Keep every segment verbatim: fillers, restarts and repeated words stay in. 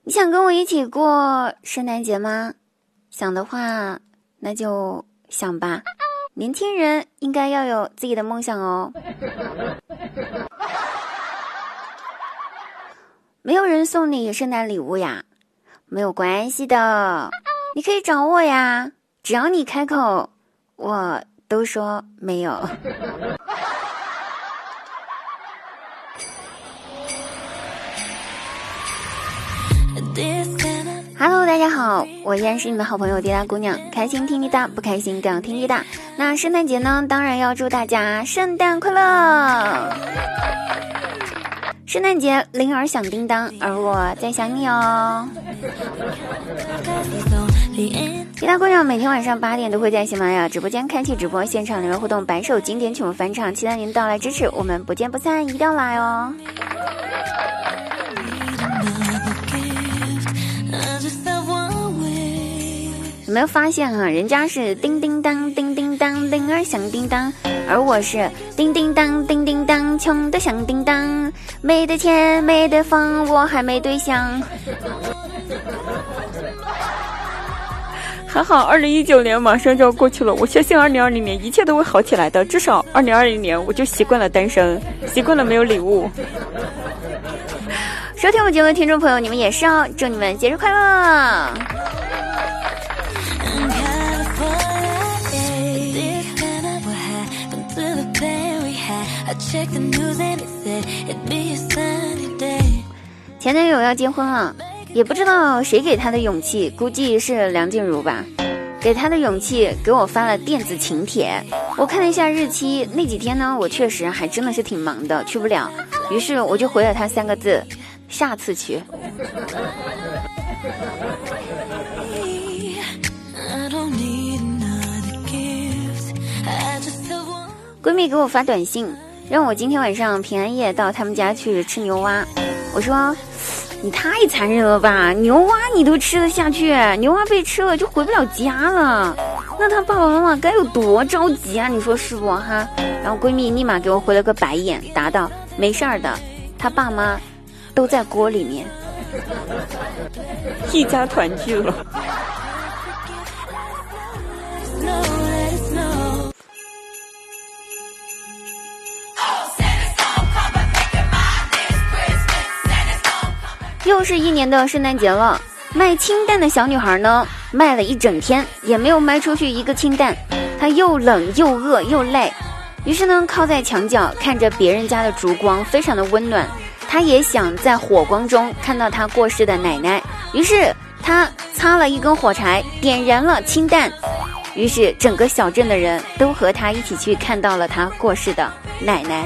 你想跟我一起过圣诞节吗？想的话，那就想吧。年轻人应该要有自己的梦想哦。没有人送你圣诞礼物呀？没有关系的，你可以找我呀。只要你开口，我都说没有。Hello， 大家好，我依然是你们好朋友滴答姑娘，开心听滴答，不开心更要听滴答。那圣诞节呢，当然要祝大家圣诞快乐。圣诞节铃儿响叮当，而我在想你哦。滴答姑娘每天晚上八点都会在喜马拉雅直播间开启直播，现场留言互动，百首经典曲目翻唱，期待您到来支持，我们不见不散，一定要来哦。有没有发现啊？人家是叮叮当叮叮当铃儿响叮当，而我是叮叮当叮叮当穷的响叮当，没得钱没得房，我还没对象。 还好二零一九年马上就要过去了，我相信二零二零年一切都会好起来的，至少二零二零年我就习惯了单身，习惯了没有礼物。 收听我节目的听众朋友，你们也是哦，祝你们节日快乐。前男友要结婚了，也不知道谁给他的勇气，估计是梁静茹吧，给他的勇气给我发了电子请帖。我看了一下日期，那几天呢我确实还真的是挺忙的，去不了，于是我就回了他三个字，下次去。闺蜜给我发短信，让我今天晚上平安夜到他们家去吃牛蛙。我说你太残忍了吧，牛蛙你都吃得下去，牛蛙被吃了就回不了家了，那他爸爸妈妈该有多着急啊，你说是不哈？然后闺蜜立马给我回了个白眼，答道没事儿的，他爸妈都在锅里面。 一家团聚了。 又是一年的圣诞节了，卖清淡的小女孩呢，卖了一整天也没有卖出去一个清淡，她又冷又饿又累，于是呢靠在墙角看着别人家的烛光非常的温暖，她也想在火光中看到她过世的奶奶，于是她擦了一根火柴点燃了清淡，于是整个小镇的人都和她一起去看到了她过世的奶奶。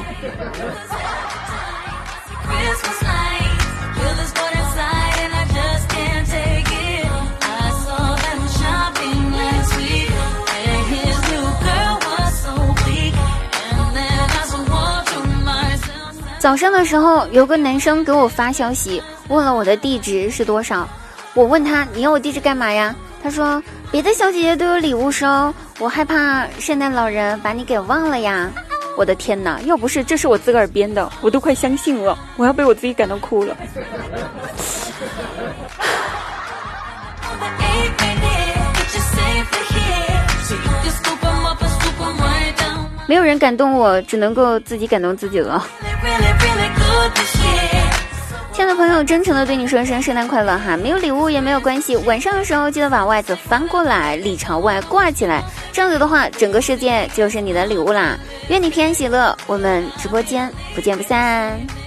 早上的时候有个男生给我发消息，问了我的地址是多少，我问他你要我地址干嘛呀？他说别的小姐姐都有礼物收，我害怕圣诞老人把你给忘了呀。我的天哪，要不是这是我自个儿编的，我都快相信了，我要被我自己感动哭了。没有人感动我，只能够自己感动自己了。亲爱的朋友，真诚的对你说声圣诞快乐哈！没有礼物也没有关系，晚上的时候记得把袜子翻过来，里朝外挂起来，这样子的话，整个世界就是你的礼物啦！愿你平安喜乐，我们直播间不见不散。